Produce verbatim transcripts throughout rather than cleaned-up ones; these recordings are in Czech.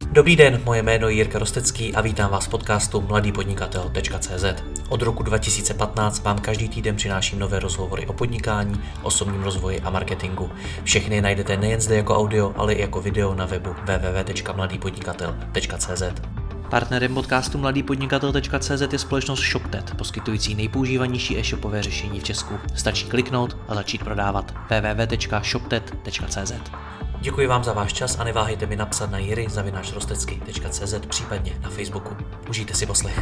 Dobrý den, moje jméno je Jirka Rostecký a vítám vás v podcastu mladý podnikatel tečka cé zet. Od roku dva tisíce patnáct vám každý týden přináším nové rozhovory o podnikání, osobním rozvoji a marketingu. Všechny najdete nejen zde jako audio, ale i jako video na webu w w w tečka mladý podnikatel tečka cé zet. Partnerem podcastu mladý podnikatel tečka cé zet je společnost ShopTet, poskytující nejpoužívanější e-shopové řešení v Česku. Stačí kliknout a začít prodávat. w w w tečka shoptet tečka cé zet. Děkuji vám za váš čas a neváhejte mi napsat na jiry zavináč rostecky tečka cé zet, případně na Facebooku. Užijte si poslech.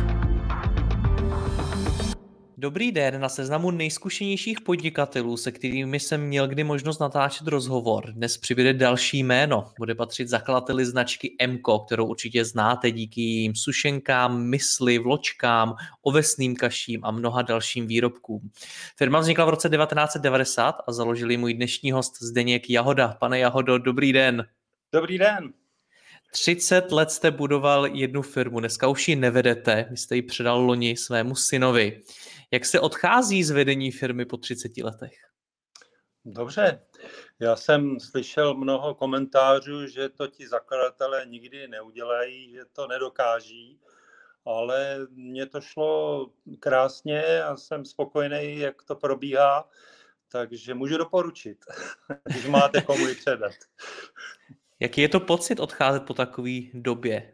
Dobrý den, na seznamu nejzkušenějších podnikatelů, se kterými jsem měl kdy možnost natáčet rozhovor. Dnes přibude další jméno. Bude patřit zakladateli značky Emko, kterou určitě znáte díky jejím sušenkám, mysli, vločkám, ovesným kaším a mnoha dalším výrobkům. Firma vznikla v roce devatenáct set devadesát a založil ji můj dnešní host Zdeněk Jahoda. Pane Jahodo, dobrý den. Dobrý den. třicet let jste budoval jednu firmu, dneska už ji nevedete, vy jste ji předal loni svému synovi. Jak se odchází z vedení firmy po třiceti letech? Dobře, já jsem slyšel mnoho komentářů, že to ti zakladatelé nikdy neudělají, že to nedokáží, ale mně to šlo krásně a jsem spokojený, jak to probíhá, takže můžu doporučit, když máte komu ji předat. Jaký je to pocit odcházet po takové době?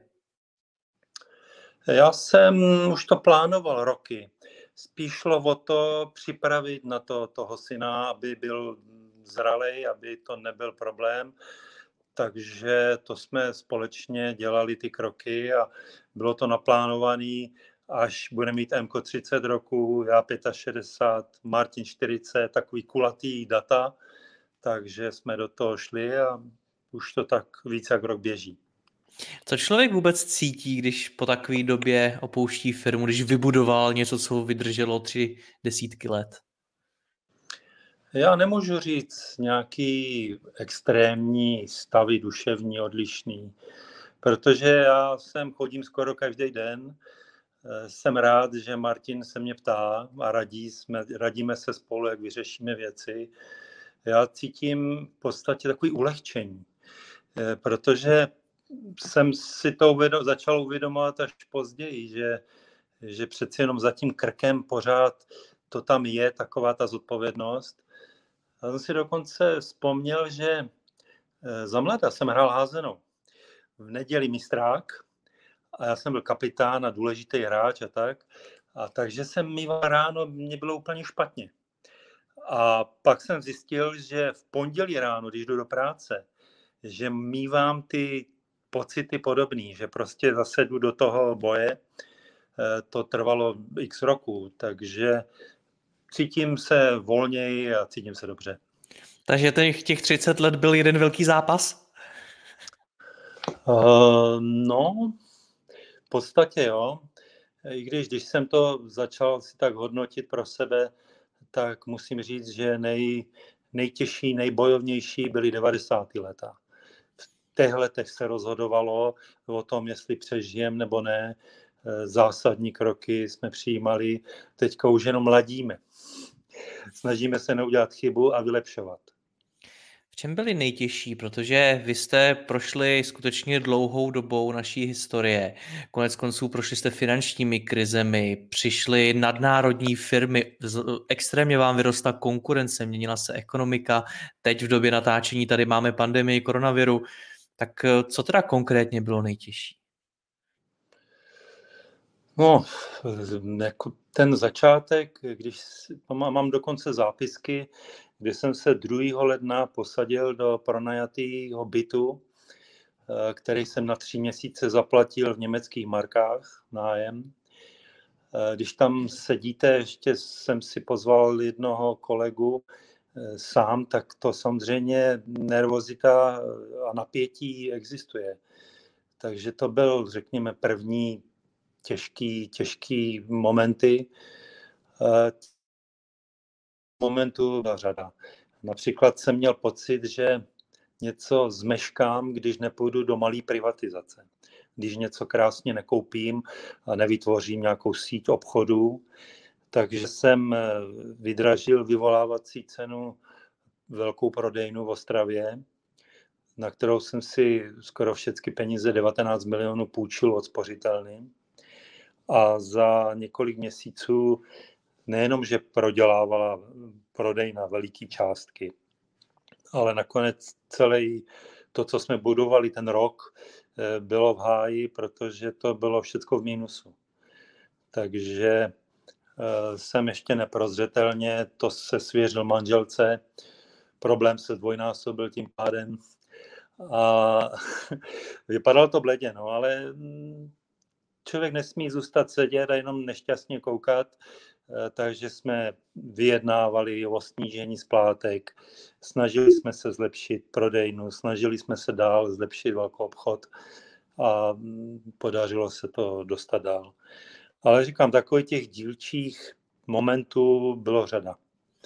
Já jsem už to plánoval roky. Spíš šlo o to připravit na to toho syna, aby byl zralej, aby to nebyl problém. Takže to jsme společně dělali ty kroky a bylo to naplánované, až bude mít Emko třicet roku, já šedesát pět, Martin čtyřicet, takový kulatý data. Takže jsme do toho šli a už to tak víc jak rok běží. Co člověk vůbec cítí, když po takové době opouští firmu, když vybudoval něco, co vydrželo tři desítky let? Já nemůžu říct nějaký extrémní stavy duševní odlišný, protože já sem chodím skoro každý den. Jsem rád, že Martin se mě ptá a radí, jsme, radíme se spolu, jak vyřešíme věci. Já cítím v podstatě takový ulehčení, protože jsem si to uvědom, začal uvědomovat až později, že, že přeci jenom za tím krkem pořád to tam je, taková ta zodpovědnost. Já jsem si dokonce vzpomněl, že za mladá jsem hrál házenou. V neděli mistrák a já jsem byl kapitán a důležitý hráč a tak. A takže jsem mýval ráno, mě bylo úplně špatně. A pak jsem zjistil, že v pondělí ráno, když jdu do práce, že mývám ty pocity podobný, že prostě zase jdu do toho boje. To trvalo x roku, takže cítím se volněji a cítím se dobře. Takže těch, těch třicet let byl jeden velký zápas? Uh, no, v podstatě jo. I když, když jsem to začal si tak hodnotit pro sebe, tak musím říct, že nej, nejtěžší, nejbojovnější byly devadesátá léta. V těch letech se rozhodovalo o tom, jestli přežijem nebo ne. Zásadní kroky jsme přijímali, teďka už jenom ladíme. Snažíme se neudělat chybu a vylepšovat. V čem byly nejtěžší? Protože vy jste prošli skutečně dlouhou dobou naší historie. Konec konců prošli jste finančními krizemi, přišly nadnárodní firmy, extrémně vám vyrostla konkurence, měnila se ekonomika. Teď v době natáčení tady máme pandemii koronaviru. Tak co teda konkrétně bylo nejtěžší? No, jako ten začátek, když mám dokonce zápisky, kdy jsem se druhého ledna posadil do pronajatého bytu, který jsem na tři měsíce zaplatil v německých markách nájem. Když tam sedíte, ještě jsem si pozval jednoho kolegu sám, tak to samozřejmě nervozita a napětí existuje. Takže to byl, řekněme, první těžký, těžký momenty. Momentů byla řada. Například jsem měl pocit, že něco zmeškám, když nepůjdu do malé privatizace. Když něco krásně nekoupím a nevytvořím nějakou síť obchodů. Takže jsem vydražil vyvolávací cenu velkou prodejnu v Ostravě. na kterou jsem si skoro všechny peníze, devatenáct milionů, půjčil od spořitelny. A za několik měsíců nejenom, že prodělávala prodej na veliké částky, ale nakonec celý to, co jsme budovali ten rok, bylo v háji, protože to bylo všechno v mínusu. Takže jsem ještě neprozřetelně, to se svěřil manželce, problém se dvojnásobil tím pádem a vypadalo to bledě, no, ale člověk nesmí zůstat sedět a jenom nešťastně koukat, takže jsme vyjednávali o snížení splátek, snažili jsme se zlepšit prodejnu, snažili jsme se dál zlepšit velký obchod a podařilo se to dostat dál. Ale říkám, takových těch dílčích momentů bylo řada.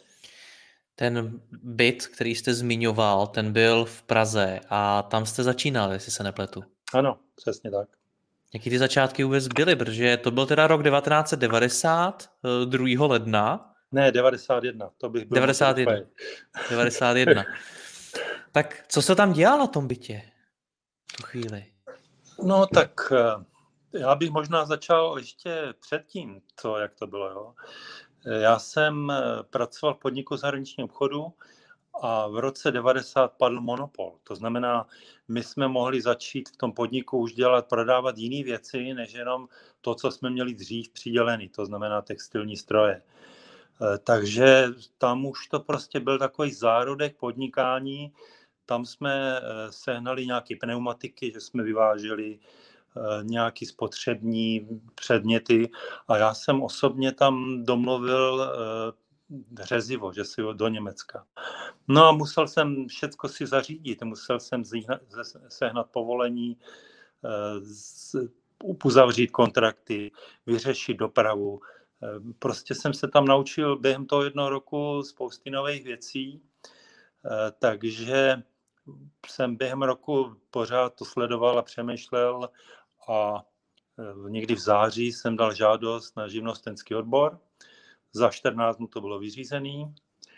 Ten byt, který jste zmiňoval, ten byl v Praze a tam jste začínal, jestli se nepletu. Ano, přesně tak. Jaký ty začátky vůbec byly, protože to byl teda rok devatenáct set devadesát, druhého ledna. Ne, devadesát jedna, to bych byl. devadesát jedna. devadesát jedna. Tak co se tam dělalo na tom bytě v tu chvíli? No tak já bych možná začal ještě předtím, co, jak to bylo. Jo. Já jsem pracoval v podniku zahraničního obchodu a v roce devadesát padl monopol. To znamená, my jsme mohli začít v tom podniku už dělat, prodávat jiné věci, než jenom to, co jsme měli dřív přidělený, to znamená textilní stroje. Takže tam už to prostě byl takový zárodek podnikání. Tam jsme sehnali nějaké pneumatiky, že jsme vyváželi nějaký spotřební předměty a já jsem osobně tam domluvil řezivo, že si do Německa. No a musel jsem všecko si zařídit, musel jsem sehnat povolení, uzavřít kontrakty, vyřešit dopravu. Prostě jsem se tam naučil během toho jednoho roku spousty nových věcí, takže jsem během roku pořád to sledoval a přemýšlel a někdy v září jsem dal žádost na živnostenský odbor. Za čtrnáct dnů to bylo vyřízený,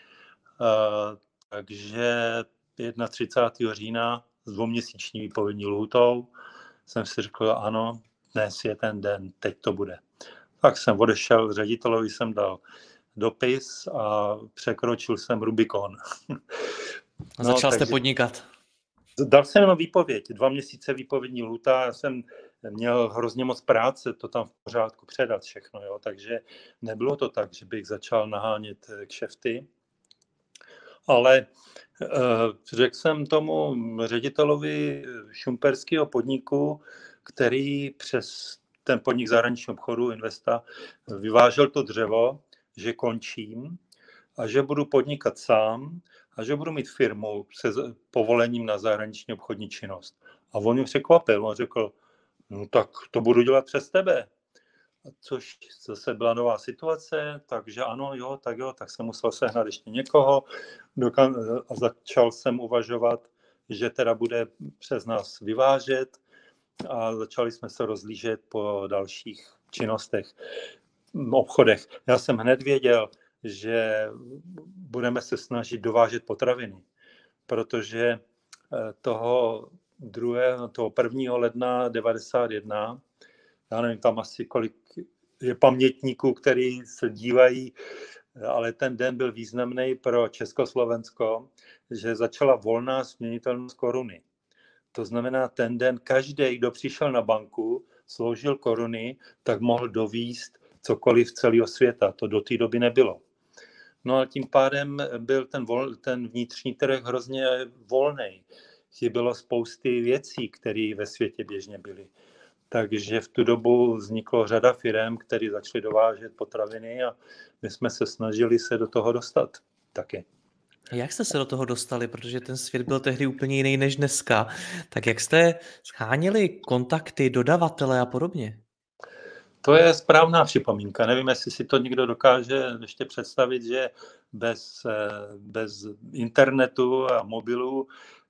takže třicátého prvního října s dvouměsíční výpovědní lhůtou jsem si řekl, ano, dnes je ten den, teď to bude. Tak jsem odešel, ředitelovi jsem dal dopis a překročil jsem Rubikon. A začal no, jste takže podnikat? Dal jsem jenom výpověď, dva měsíce výpovědní lhůta, já jsem měl hrozně moc práce, to tam v pořádku předat všechno, jo, takže nebylo to tak, že bych začal nahánět kšefty, ale eh, řekl jsem tomu ředitelovi šumperského podniku, který přes ten podnik zahraničního obchodu Investa vyvážel to dřevo, že končím a že budu podnikat sám a že budu mít firmu se povolením na zahraniční obchodní činnost. A on mě překvapil, on řekl, no tak to budu dělat přes tebe. Což zase byla nová situace, takže ano, jo, tak jo, tak jsem musel sehnat ještě někoho a začal jsem uvažovat, že teda bude přes nás vyvážet a začali jsme se rozlížet po dalších činnostech, obchodech. Já jsem hned věděl, že budeme se snažit dovážet potraviny, protože toho druhého, toho prvního ledna devadesát jedna, já nevím, tam asi kolik je pamětníků, který se dívají, ale ten den byl významný pro Československo, že začala volná směnitelnost koruny. To znamená, ten den každý, kdo přišel na banku, složil koruny, tak mohl dovízt cokoliv z celého světa. To do té doby nebylo. No a tím pádem byl ten, vol, ten vnitřní trh hrozně volný. Chybělo spousty věcí, které ve světě běžně byly. Takže v tu dobu vzniklo řada firem, které začaly dovážet potraviny a my jsme se snažili se do toho dostat taky. Jak jste se do toho dostali, protože ten svět byl tehdy úplně jiný než dneska, tak jak jste scháněli kontakty, dodavatele a podobně? To je správná připomínka. Nevím, jestli si to někdo dokáže ještě představit, že bez, bez internetu a mobilu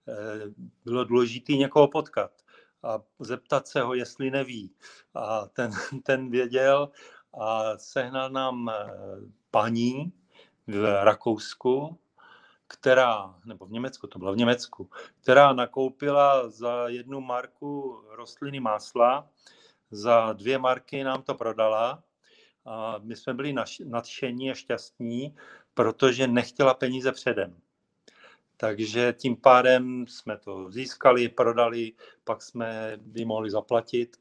bylo důležité někoho potkat a zeptat se ho, jestli neví. A ten, ten věděl a sehnal nám paní v Rakousku, která, nebo v Německu, to bylo v Německu, která nakoupila za jednu marku rostliny másla, za dvě marky nám to prodala a my jsme byli nadšení a šťastní, protože nechtěla peníze předem. Takže tím pádem jsme to získali, prodali, pak jsme ji mohli zaplatit.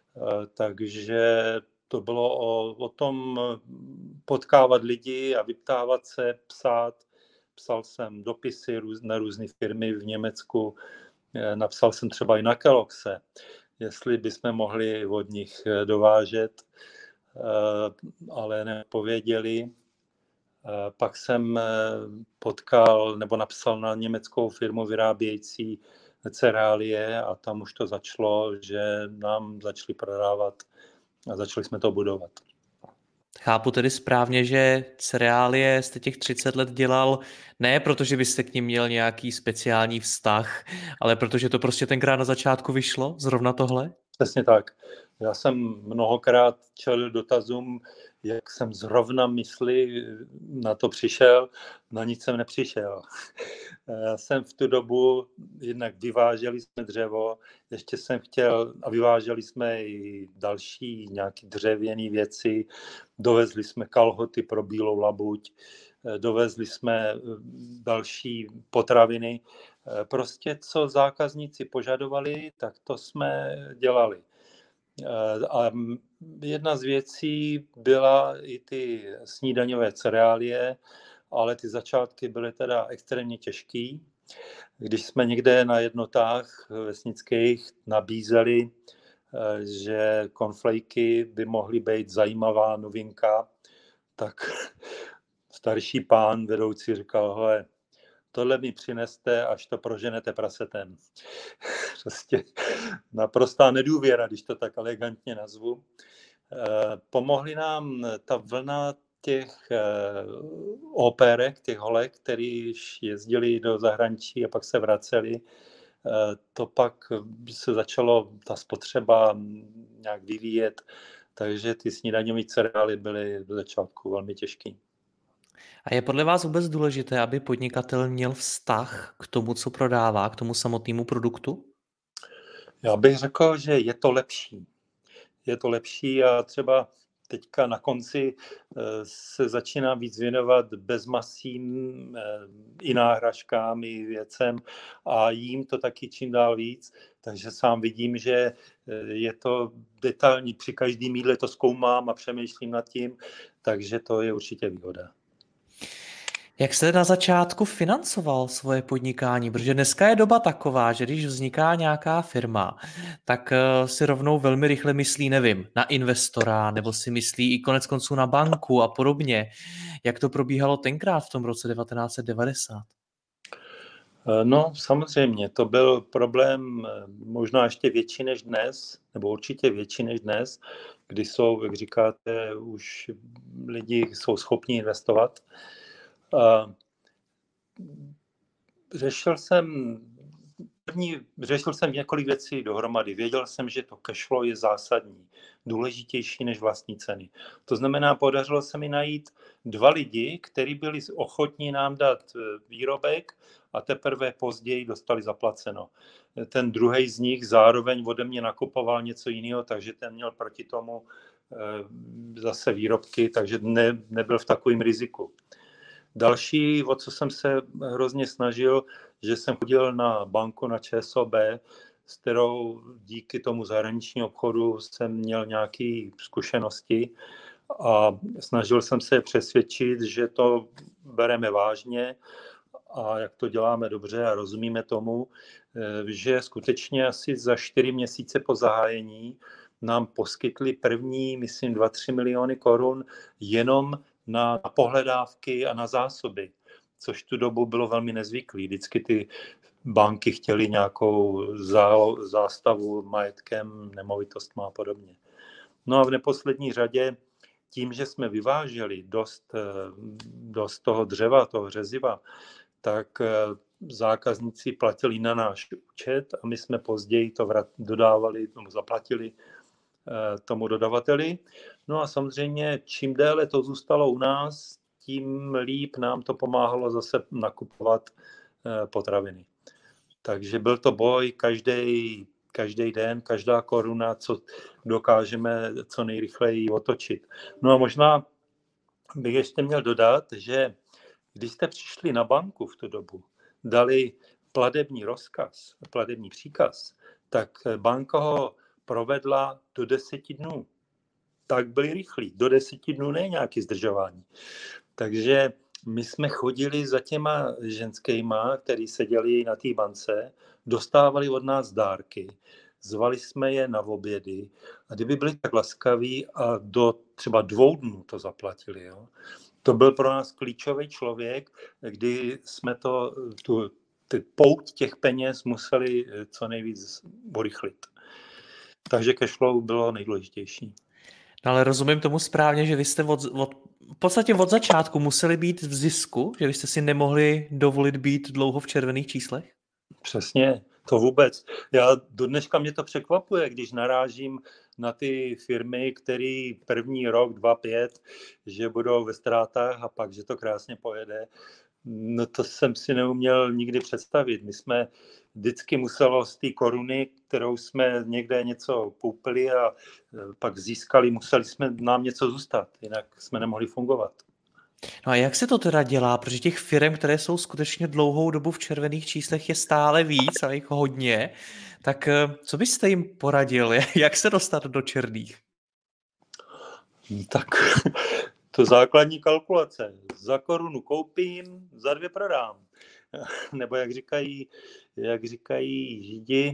Takže to bylo o, o tom potkávat lidi a vyptávat se, psát. Psal jsem dopisy na různé firmy v Německu, napsal jsem třeba i na Kelloggse, jestli bychom mohli od nich dovážet, ale nepověděli. Pak jsem potkal nebo napsal na německou firmu vyrábějící cereálie a tam už to začalo, že nám začali prodávat a začali jsme to budovat. Chápu tedy správně, že cereálie jste těch třicet let dělal ne protože byste k nim měl nějaký speciální vztah, ale protože to prostě tenkrát na začátku vyšlo, zrovna tohle? Přesně tak. Já jsem mnohokrát čelil dotazům, jak jsem zrovna mysli na to přišel, na nic jsem nepřišel. Já jsem v tu dobu, jednak vyváželi jsme dřevo, ještě jsem chtěl, a vyváželi jsme i další nějaké dřevěné věci, dovezli jsme kalhoty pro bílou labuť, dovezli jsme další potraviny. Prostě co zákazníci požadovali, tak to jsme dělali. A jedna z věcí byla i ty snídaňové cereálie, ale ty začátky byly teda extrémně těžký. Když jsme někde na jednotách vesnických nabízeli, že cornflakey by mohly být zajímavá novinka, tak starší pán vedoucí říkal, hele, tohle mi přineste, až to proženete prasetem. Prostě naprostá nedůvěra, když to tak elegantně nazvu. Pomohly nám ta vlna těch operek, těch holek, který jezdili do zahraničí a pak se vraceli. To pak se začalo ta spotřeba nějak vyvíjet, takže ty snídaňové cereály byly do začátku velmi těžké. A je podle vás vůbec důležité, aby podnikatel měl vztah k tomu, co prodává, k tomu samotnému produktu? Já bych řekl, že je to lepší. Je to lepší a třeba teďka na konci se začíná víc věnovat bezmasým i náhražkám, i věcem a jím to taky čím dál víc. Takže sám vidím, že je to detailní, při každém jídle to zkoumám a přemýšlím nad tím, takže to je určitě výhoda. Jak jste na začátku financoval svoje podnikání? Protože dneska je doba taková, že když vzniká nějaká firma, tak si rovnou velmi rychle myslí, nevím, na investora, nebo si myslí i konec konců na banku a podobně. Jak to probíhalo tenkrát v tom roce devatenáct set devadesát? No samozřejmě, to byl problém možná ještě větší než dnes, nebo určitě větší než dnes, kdy jsou, jak říkáte, už lidi jsou schopni investovat. Uh, řešil jsem první, řešil jsem několik věcí dohromady. Věděl jsem, že to cashflow je zásadní, důležitější než vlastní ceny. To znamená, podařilo se mi najít dva lidi, kteří byli ochotní nám dát výrobek a teprve později dostali zaplaceno. Ten druhý z nich zároveň ode mě nakupoval něco jiného, takže ten měl proti tomu zase výrobky, takže ne, nebyl v takovém riziku. Další, o co jsem se hrozně snažil, že jsem chodil na banku na ČSOB, s kterou díky tomu zahraničnímu obchodu jsem měl nějaké zkušenosti a snažil jsem se přesvědčit, že to bereme vážně a jak to děláme dobře a rozumíme tomu, že skutečně asi za čtyři měsíce po zahájení nám poskytli první, myslím, dva tři miliony korun jenom na pohledávky a na zásoby, což tu dobu bylo velmi nezvyklý. Vždycky ty banky chtěly nějakou zástavu majetkem, nemovitostma a podobně. No a v neposlední řadě tím, že jsme vyváželi dost, dost toho dřeva, toho řeziva, tak zákazníci platili na náš účet a my jsme později to dodávali, tomu zaplatili tomu dodavateli. No a samozřejmě, čím déle to zůstalo u nás, tím líp nám to pomáhalo zase nakupovat potraviny. Takže byl to boj každý každý den, každá koruna, co dokážeme co nejrychleji otočit. No a možná bych ještě měl dodat, že když jste přišli na banku v tu dobu, dali platební rozkaz, platební příkaz, tak banka ho provedla do deseti dnů. Tak byli rychlí. Do deseti dnů ne nějaké zdržování. Takže my jsme chodili za těma ženskýma, který seděli na té bance, dostávali od nás dárky, zvali jsme je na obědy a kdyby byli tak laskaví a do třeba dvou dnů to zaplatili. Jo. To byl pro nás klíčový člověk, kdy jsme to, tu, ty pouť těch peněz museli co nejvíc urychlit. Takže cashflow bylo nejdůležitější. No ale rozumím tomu správně, že vy jste od, od, v podstatě od začátku museli být v zisku, že vy jste si nemohli dovolit být dlouho v červených číslech? Přesně, to vůbec. Já do dneška mě to překvapuje, když narážím na ty firmy, které první rok, dva, pět, že budou ve ztrátách a pak, že to krásně pojede. No to jsem si neuměl nikdy představit. My jsme vždycky muselo z té koruny, kterou jsme někde něco koupili a pak získali, museli jsme nám něco zůstat, jinak jsme nemohli fungovat. No a jak se to teda dělá? Protože těch firm, které jsou skutečně dlouhou dobu v červených číslech, je stále víc a jich hodně. Tak co byste jim poradil? Jak se dostat do černých? Tak to základní kalkulace. Za korunu koupím, za dvě prodám. Nebo jak říkají, jak říkají Židi,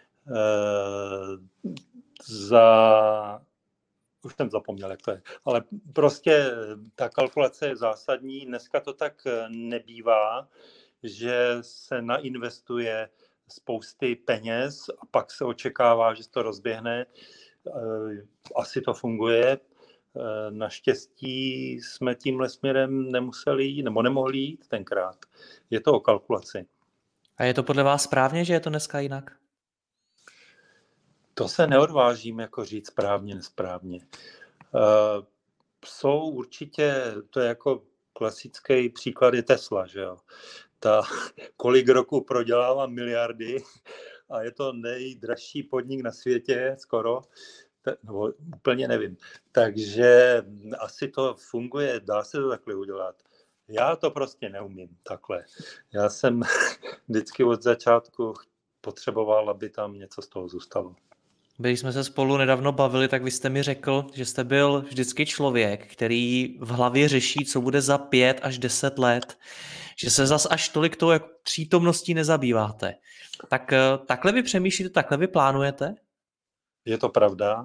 eh, za... Už jsem zapomněl, jak to je. Ale prostě ta kalkulace je zásadní. Dneska to tak nebývá, že se nainvestuje spousty peněz a pak se očekává, že se to rozběhne. Asi to funguje. Naštěstí jsme tímhle směrem nemuseli jít, nebo nemohli jít tenkrát. Je to o kalkulaci. A je to podle vás správně, že je to dneska jinak? To se neodvážím jako říct správně, nesprávně. Uh, jsou určitě, to je jako klasický příklad je Tesla, že jo. Ta kolik roku prodělává miliardy a je to nejdražší podnik na světě skoro, no, úplně nevím. Takže asi to funguje, dá se to takhle udělat. Já to prostě neumím takhle. Já jsem vždycky od začátku potřeboval, aby tam něco z toho zůstalo. Když jsme se spolu nedávno bavili, tak vy jste mi řekl, že jste byl vždycky člověk, který v hlavě řeší, co bude za pět až deset let, že se zas až tolik tou jako přítomností nezabýváte. Tak takhle vy přemýšlíte, takhle vy plánujete? Je to pravda.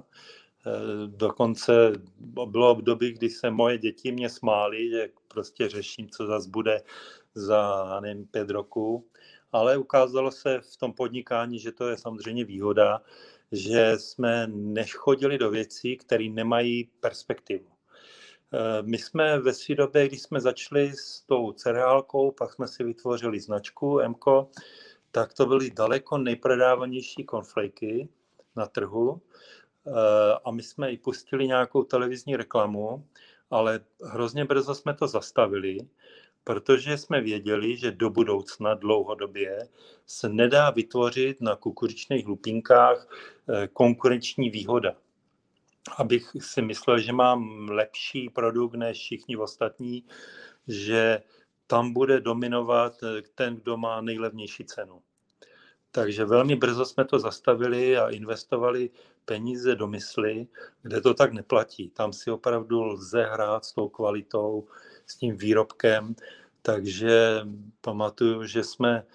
Dokonce bylo období, kdy se moje děti mě smály, že prostě řeším, co zas bude za nevím, pět roků. Ale ukázalo se v tom podnikání, že to je samozřejmě výhoda, že jsme nechodili do věcí, které nemají perspektivu. My jsme ve své době, když jsme začali s tou cereálkou, pak jsme si vytvořili značku Emko, tak to byly daleko nejprodávanější cornflaky na trhu a my jsme i pustili nějakou televizní reklamu, ale hrozně brzo jsme to zastavili, protože jsme věděli, že do budoucna dlouhodobě se nedá vytvořit na kukuřičných lupínkách konkurenční výhoda. Abych si myslel, že mám lepší produkt než všichni ostatní, že tam bude dominovat ten, kdo má nejlevnější cenu. Takže velmi brzo jsme to zastavili a investovali peníze do mysli, kde to tak neplatí. Tam si opravdu lze hrát s tou kvalitou, s tím výrobkem. Takže pamatuju, že jsme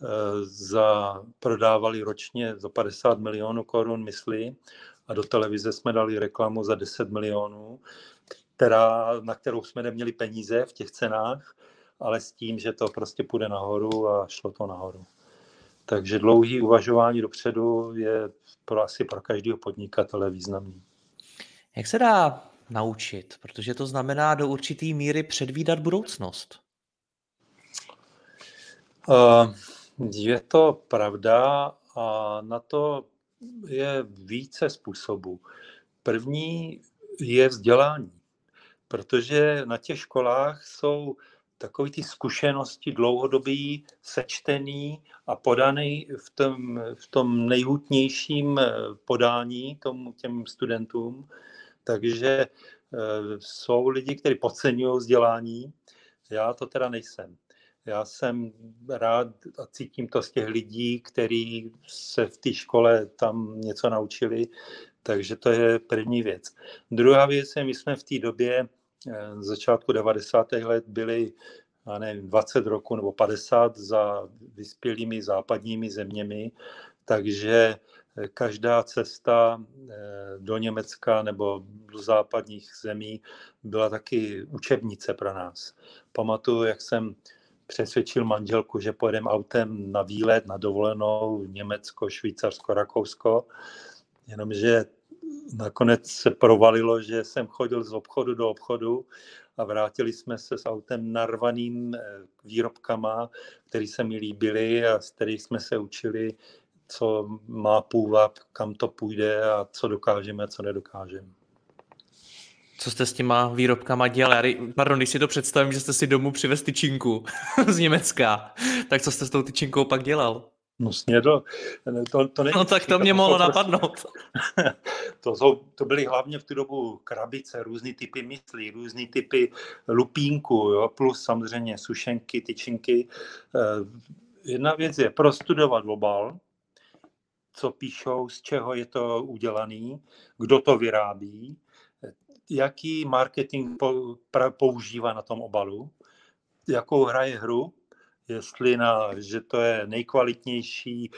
za, prodávali ročně za padesát milionů korun mysli a do televize jsme dali reklamu za deset milionů, která, na kterou jsme neměli peníze v těch cenách, ale s tím, že to prostě půjde nahoru a šlo to nahoru. Takže dlouhý uvažování dopředu je pro, asi pro každého podnikatele významný. Jak se dá naučit? Protože to znamená do určité míry předvídat budoucnost. Uh, je to pravda a na to je více způsobů. První je vzdělání. protože na těch školách jsou takové ty zkušenosti dlouhodobý, sečtený a podaný v tom, v tom nejhutnějším podání tomu, těm studentům. Takže e, jsou lidi, kteří podceňují vzdělání. Já to teda nejsem. Já jsem rád a cítím to z těch lidí, kteří se v té škole tam něco naučili. Takže to je první věc. Druhá věc je, my jsme v té době z začátku devadesátých let byli, já nevím, dvacet roků nebo padesát za vyspělými západními zeměmi, takže každá cesta do Německa nebo do západních zemí byla taky učebnice pro nás. Pamatuju, jak jsem přesvědčil manželku, že pojedeme autem na výlet, na dovolenou, Německo, Švýcarsko, Rakousko, jenomže nakonec se provalilo, že jsem chodil z obchodu do obchodu a vrátili jsme se s autem narvaným výrobkama, které se mi líbily a z kterých jsme se učili, co má půvab, kam to půjde a co dokážeme a co nedokážeme. Co jste s těma výrobkama dělali? Pardon, když si to představím, že jste si domů přivez tyčinku z Německa, tak co jste s tou tyčinkou pak dělal? No snědl. To, to no tak to mě to mohlo napadnout. Prostě, to, jsou, to byly hlavně v tu dobu krabice, různý typy myslí, různý typy lupínku, jo, plus samozřejmě sušenky, tyčinky. Jedna věc je prostudovat obal, co píšou, z čeho je to udělaný, kdo to vyrábí, jaký marketing používá na tom obalu, jakou hraje hru, jestli na, že to je nejkvalitnější,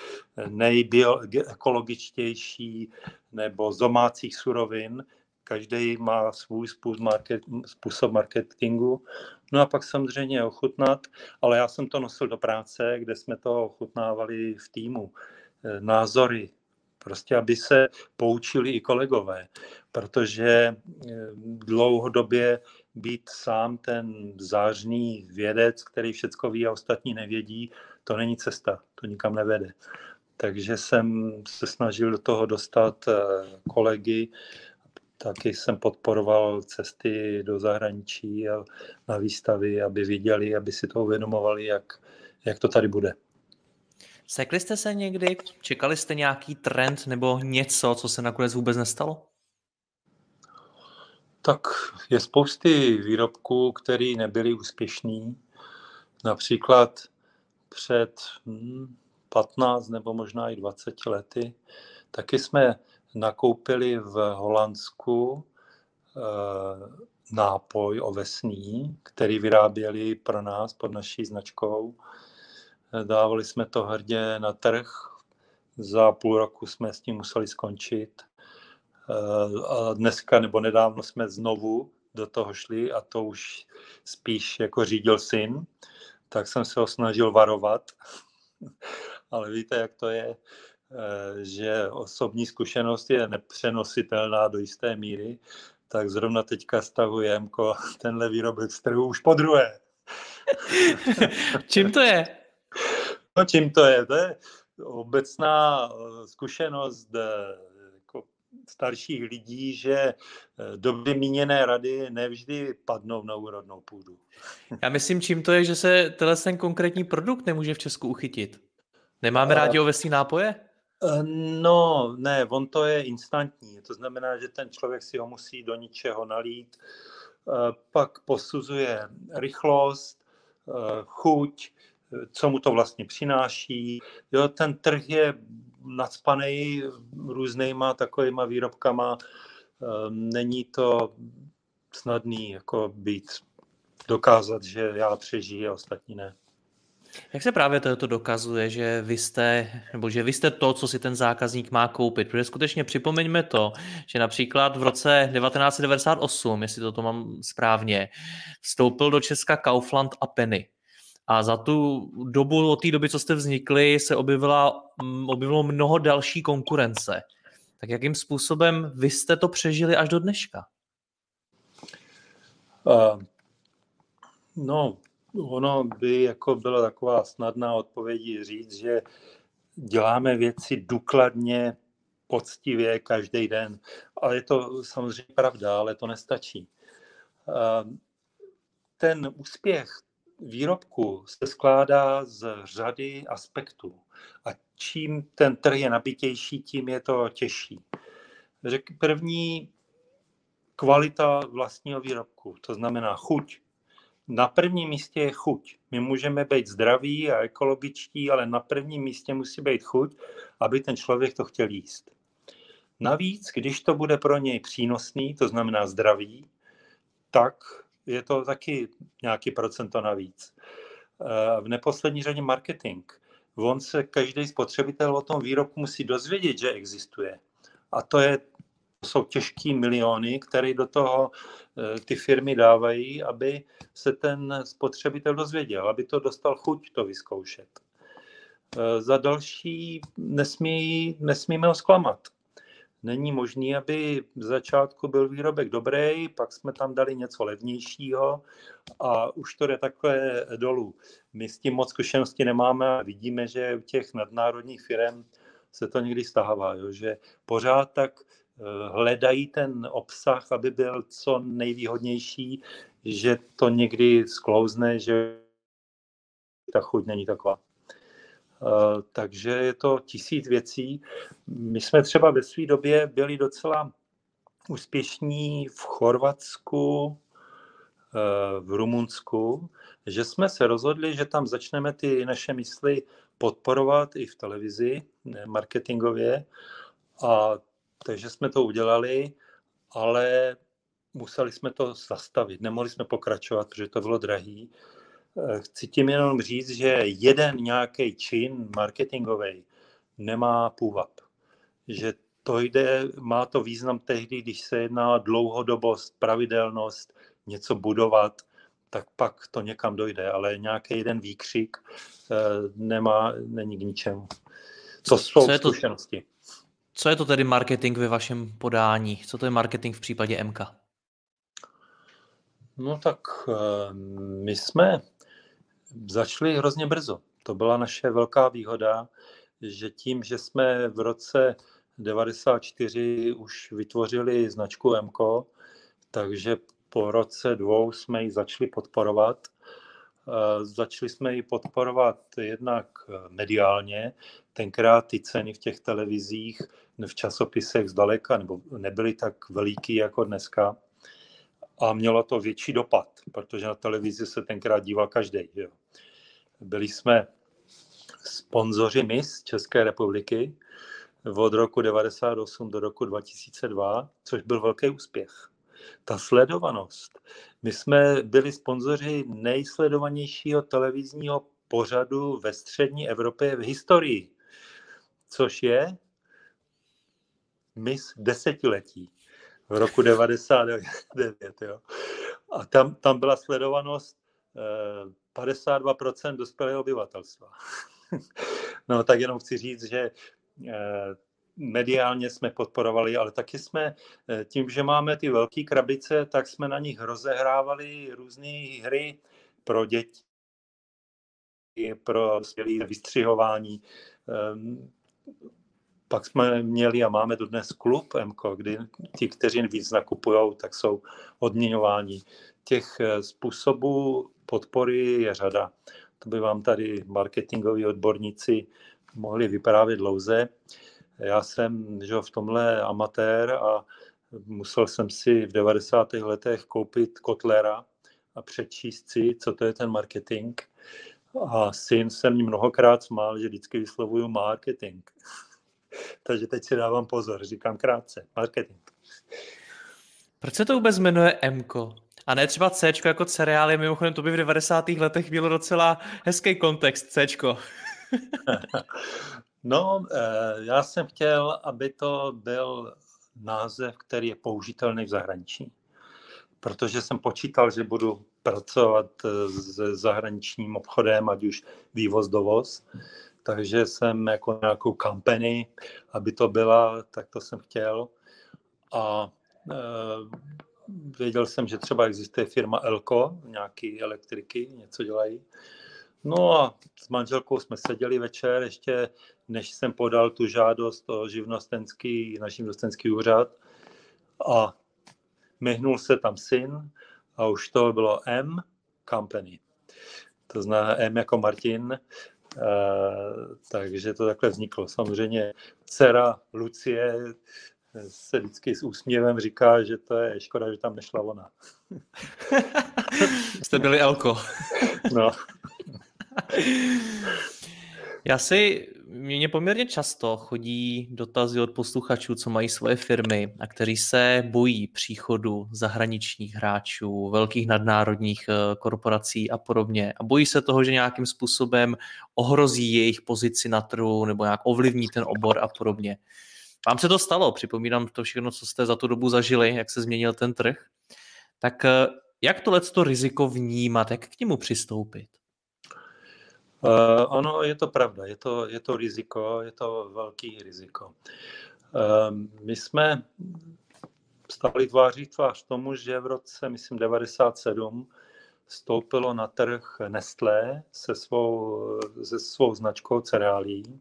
nejekologičtější nebo z domácích surovin. Každý má svůj způsob marketingu. No a pak samozřejmě ochutnat, ale já jsem to nosil do práce, kde jsme to ochutnávali v týmu. Názory, prostě aby se poučili i kolegové, protože dlouhodobě být sám ten zářný vědec, který všecko ví a ostatní nevědí, to není cesta, to nikam nevede. Takže jsem se snažil do toho dostat kolegy, taky jsem podporoval cesty do zahraničí a na výstavy, aby viděli, aby si to uvědomovali, jak, jak to tady bude. Sekli jste se někdy? Čekali jste nějaký trend nebo něco, co se nakonec vůbec nestalo? Tak je spousty výrobků, které nebyly úspěšný. Například před patnáct nebo možná i dvacet lety taky jsme nakoupili v Holandsku e, nápoj ovesný, který vyráběli pro nás pod naší značkou. Dávali jsme to hrdě na trh, za půl roku jsme s tím museli skončit. A dneska nebo nedávno jsme znovu do toho šli a to už spíš jako řídil syn, tak jsem se ho snažil varovat. Ale víte, jak to je, že osobní zkušenost je nepřenositelná do jisté míry, tak zrovna teďka stahujeme tenhle výrobek z trhu už po druhé. Čím to je? No čím to je? To je obecná zkušenost jako starších lidí, že dobře míněné rady nevždy padnou na úrodnou půdu. Já myslím, čím to je, že se tenhle ten konkrétní produkt nemůže v Česku uchytit. Nemáme rádi ovesný nápoje? No, ne, on to je instantní. To znamená, že ten člověk si ho musí do ničeho nalít, pak posuzuje rychlost, chuť, co mu to vlastně přináší. Jo, ten trh je nacpaný různýma takovýma výrobkama. Není to snadný jako být, dokázat, že já přežiji a ostatní ne. Jak se právě to dokazuje, že vy jste, nebo že vy jste to, co si ten zákazník má koupit? Protože skutečně připomeňme to, že například v roce devatenáct set devadesát osm, jestli toto mám správně, vstoupil do Česka Kaufland a Penny. A za tu dobu, od té doby, co jste vznikli, se objevila, objevilo mnoho další konkurence. Tak jakým způsobem vy jste to přežili až do dneška? Uh, no, ono by jako byla taková snadná odpověď říct, že děláme věci důkladně, poctivě každý den. Ale je to samozřejmě pravda, ale to nestačí. Ten úspěch výrobku se skládá z řady aspektů. A čím ten trh je nabitější, tím je to těžší. Řek, první kvalita vlastního výrobku, to znamená chuť. Na prvním místě je chuť. My můžeme být zdraví a ekologičtí, ale na prvním místě musí být chuť, aby ten člověk to chtěl jíst. Navíc, když to bude pro něj přínosný, to znamená zdravý, tak je to taky nějaký procento navíc. V neposlední řadě marketing. On se každý spotřebitel o tom výrobku musí dozvědět, že existuje. A to, je, to jsou těžký miliony, které do toho ty firmy dávají, aby se ten spotřebitel dozvěděl, aby to dostal chuť to vyzkoušet. Za další nesmí, nesmíme ho zklamat. Není možné, aby v začátku byl výrobek dobrý, pak jsme tam dali něco levnějšího a už to jde takhle dolů. My s tím moc zkušenosti nemáme a vidíme, že u těch nadnárodních firm se to někdy stává, jo? Že pořád tak hledají ten obsah, aby byl co nejvýhodnější, že to někdy sklouzne, že ta chuť není taková. Uh, takže je to tisíc věcí. My jsme třeba ve své době byli docela úspěšní v Chorvatsku, uh, v Rumunsku, že jsme se rozhodli, že tam začneme ty naše mysli podporovat i v televizi, marketingově. A takže jsme to udělali, ale museli jsme to zastavit. Nemohli jsme pokračovat, protože to bylo drahý. Chci tím jenom říct, že jeden nějaký čin marketingový nemá půvab. Že to jde, má to význam tehdy, když se jedná dlouhodobost, pravidelnost, něco budovat, tak pak to někam dojde, ale nějaký jeden výkřik nemá, není k ničemu. To jsou co je to, zkušenosti. Co je to tedy marketing ve vašem podání? Co to je marketing v případě M K? No tak my jsme začali hrozně brzo. To byla naše velká výhoda, že tím, že jsme v roce devadesát čtyři už vytvořili značku M K, takže po roce dvou jsme ji začali podporovat. Začali jsme ji podporovat jednak mediálně. Tenkrát ty ceny v těch televizích, v časopisech zdaleka nebo nebyly tak veliký jako dneska. A mělo to větší dopad, protože na televizi se tenkrát díval každý. Jo. Byli jsme sponzoři Miss České republiky od roku devadesát osm do roku dva tisíce dva, což byl velký úspěch. Ta sledovanost. My jsme byli sponzoři nejsledovanějšího televizního pořadu ve střední Evropě v historii, což je Miss desetiletí. V roku devadesát devět. Jo. A tam, tam byla sledovanost eh, padesát dva procent dospělého obyvatelstva. No tak jenom chci říct, že eh, mediálně jsme podporovali, ale taky jsme eh, tím, že máme ty velké krabice, tak jsme na nich rozehrávali různé hry pro děti, pro dospělé vystřihování. Eh, Pak jsme měli a máme dodnes klub M K, kdy ti, kteří víc nakupujou, tak jsou odměňováni. Těch způsobů podpory je řada. To by vám tady marketingoví odborníci mohli vyprávět dlouze. Já jsem že v tomhle amatér a musel jsem si v devadesátých letech koupit Kotlera a přečíst si, co to je ten marketing. A syn se mě mnohokrát smál, že vždycky vyslovuju marketing. Takže teď si dávám pozor, říkám krátce, marketing. Proč se to vůbec jmenuje M K? A ne třeba C jako cereály, mimochodem to by v devadesátých letech bylo docela hezký kontext, C. No, já jsem chtěl, aby to byl název, který je použitelný v zahraničí. Protože jsem počítal, že budu pracovat s zahraničním obchodem, ať už vývoz, dovoz. Takže jsem jako nějakou company, aby to byla, tak to jsem chtěl. A e, věděl jsem, že třeba existuje firma Elko, nějaký elektriky, něco dělají. No a s manželkou jsme seděli večer, ještě než jsem podal tu žádost o živnostenský, na živnostenský úřad. A myhnul se tam syn a už to bylo M Company. To znamená M jako Martin, Uh, takže to takhle vzniklo. Samozřejmě dcera Lucie se vždycky s úsměvem říká, že to je škoda, že tam nešla ona. Jste byli Elko. No. Já si, mně poměrně často chodí dotazy od posluchačů, co mají svoje firmy a kteří se bojí příchodu zahraničních hráčů, velkých nadnárodních korporací a podobně. A bojí se toho, že nějakým způsobem ohrozí jejich pozici na trhu nebo nějak ovlivní ten obor a podobně. Vám se to stalo, připomínám to všechno, co jste za tu dobu zažili, jak se změnil ten trh. Tak jak tohleto riziko vnímat, jak k němu přistoupit? Uh, ano, je to pravda, je to, je to riziko, je to velký riziko. Uh, my jsme stali tváří tvář tomu, že v roce, myslím, devadesát sedm vstoupilo na trh Nestlé se svou, se svou značkou cereálí.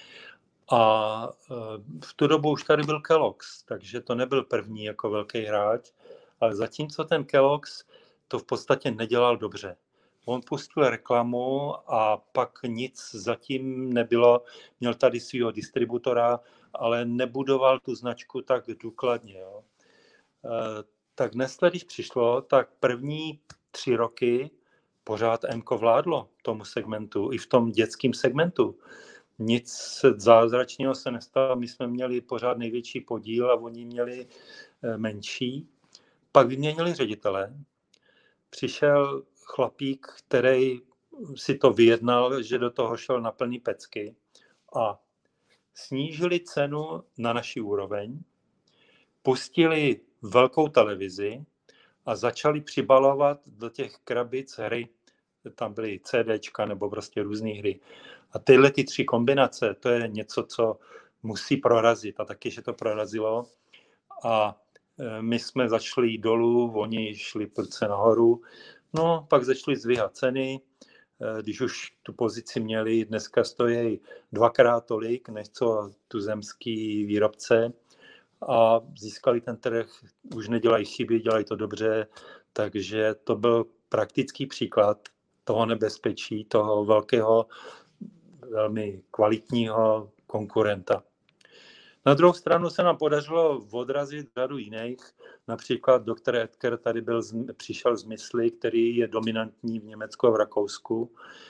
A uh, v tu dobu už tady byl Kellogg's, takže to nebyl první jako velký hráč, ale zatímco ten Kellogg's to v podstatě nedělal dobře. On pustil reklamu a pak nic zatím nebylo. Měl tady svého distributora, ale nebudoval tu značku tak důkladně. Jo. E, tak Nestlé, když přišlo, tak první tři roky pořád Emko vládlo tomu segmentu, i v tom dětském segmentu. Nic zázračného se nestalo. My jsme měli pořád největší podíl a oni měli menší. Pak vyměnili ředitele. Přišel chlapík, který si to vyjednal, že do toho šel na plný pecky a snížili cenu na naši úroveň, pustili velkou televizi a začali přibalovat do těch krabic hry. Tam byly CDčka nebo prostě různé hry. A tyhle ty tři kombinace, to je něco, co musí prorazit. A taky, že to prorazilo. A my jsme začali dolů, oni šli prudce nahoru. No, pak začaly zdvíhat ceny, když už tu pozici měli, dneska stojí dvakrát tolik, než co tuzemský výrobce a získali ten trh, už nedělají chyby, dělají to dobře, takže to byl praktický příklad toho nebezpečí, toho velkého, velmi kvalitního konkurenta. Na druhou stranu se nám podařilo odrazit řadu jiných. Například doktor Edgar tady byl, přišel z Mysli, který je dominantní v Německu a v Rakousku.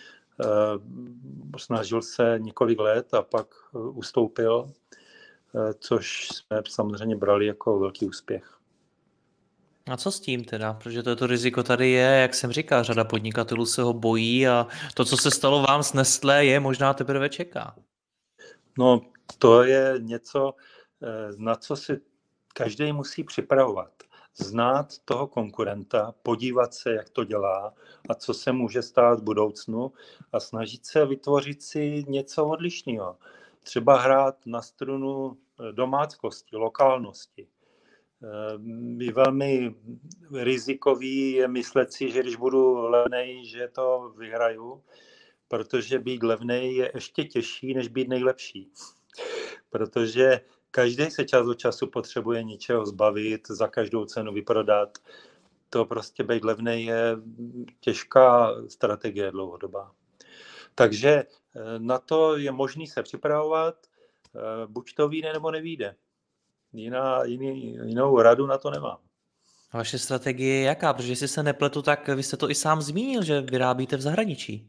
Snažil se několik let a pak ustoupil, což jsme samozřejmě brali jako velký úspěch. A co s tím teda? Protože to, to riziko tady je, jak jsem říkal, řada podnikatelů se ho bojí a to, co se stalo vám s Nestlé, je možná teprve čeká. No, to je něco, na co si každý musí připravovat. Znát toho konkurenta, podívat se, jak to dělá a co se může stát v budoucnu a snažit se vytvořit si něco odlišného. Třeba hrát na strunu domáckosti, lokálnosti. Je velmi rizikový je myslet si, že když budu levnej, že to vyhraju, protože být levnej je ještě těžší, než být nejlepší. Protože každý se čas od času potřebuje něčeho zbavit, za každou cenu vyprodat. To prostě být levnej je těžká strategie dlouhodobá. Takže na to je možný se připravovat, buď to vyjde, nebo nevyjde. Jiná, jiný, jinou radu na to nemám. A vaše strategie je jaká? Protože jestli se nepletu, tak vy jste to i sám zmínil, že vyrábíte v zahraničí.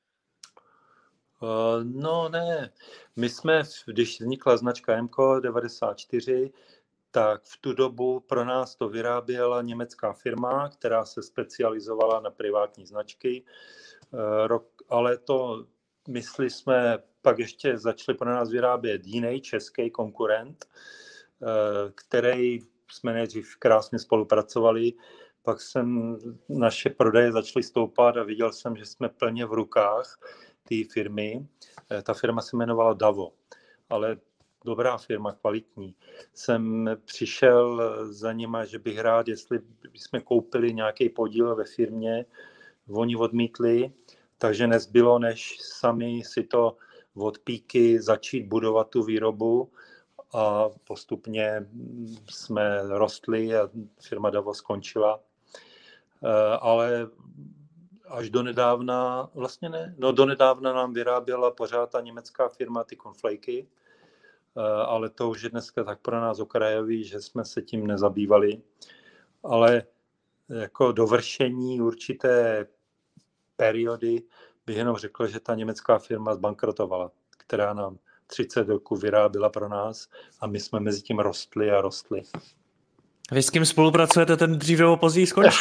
Uh, no ne, my jsme, když vznikla značka Emko devadesát čtyři, tak v tu dobu pro nás to vyráběla německá firma, která se specializovala na privátní značky, uh, rok, ale to, myslí jsme, pak ještě začali pro nás vyrábět jiný český konkurent, uh, který jsme nejdřív krásně spolupracovali, pak jsem, naše prodeje začaly stoupat a viděl jsem, že jsme plně v rukách té firmy. Ta firma se jmenovala Davo, ale dobrá firma, kvalitní. Jsem přišel za nima, že bych rád, jestli jsme koupili nějaký podíl ve firmě, oni odmítli, takže nezbylo, než sami si to od píky začít budovat tu výrobu a postupně jsme rostli a firma Davo skončila. ale až do nedávna, vlastně ne, no do nedávna nám vyráběla pořád ta německá firma ty konflejky, ale to už je dneska tak pro nás okrajový, že jsme se tím nezabývali. Ale jako dovršení určité periody bych jenom řekl, že ta německá firma zbankrotovala, která nám třicet roků vyráběla pro nás a my jsme mezi tím rostli a rostli. Vy s kým spolupracujete, ten dřív nebo později skončí?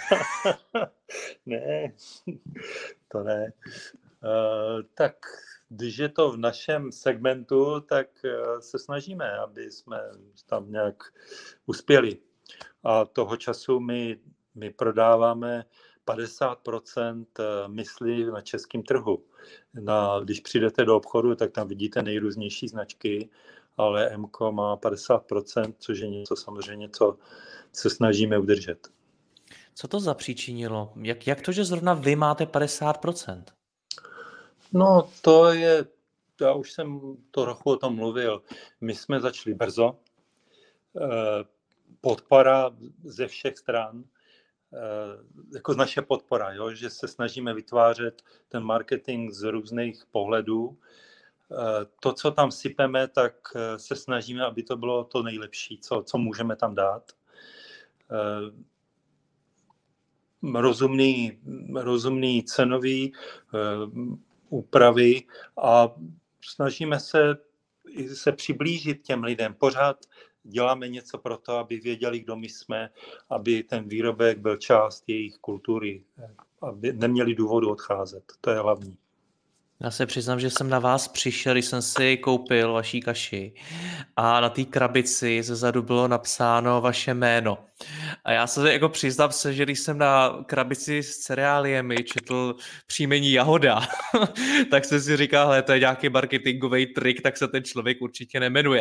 Ne, to ne. Uh, tak když je to v našem segmentu, tak uh, se snažíme, aby jsme tam nějak uspěli. A toho času my, my prodáváme padesát procent mysli na českém trhu. Na, když přijdete do obchodu, tak tam vidíte nejrůznější značky, ale M K O má padesát procent, což je něco samozřejmě, co se snažíme udržet. Co to zapříčinilo? Jak, jak to, že zrovna vy máte padesát procent? No to je, já už jsem to trochu o tom mluvil. My jsme začali brzo. Podpora ze všech stran, jako naše podpora, jo? Že se snažíme vytvářet ten marketing z různých pohledů. To, co tam sypeme, tak se snažíme, aby to bylo to nejlepší, co, co můžeme tam dát. Rozumný, rozumný cenový úpravy a snažíme se se přiblížit těm lidem. Pořád děláme něco pro to, aby věděli, kdo my jsme, aby ten výrobek byl část jejich kultury, aby neměli důvodu odcházet. To je hlavní. Já se přiznám, že jsem na vás přišel, když jsem si koupil vaší kaši a na té krabici zezadu bylo napsáno vaše jméno. A já se jako přiznám se, že když jsem na krabici s cereáliemi četl příjmení Jahoda, tak jsem si říkal, hele, to je nějaký marketingový trik, tak se ten člověk určitě nemenuje.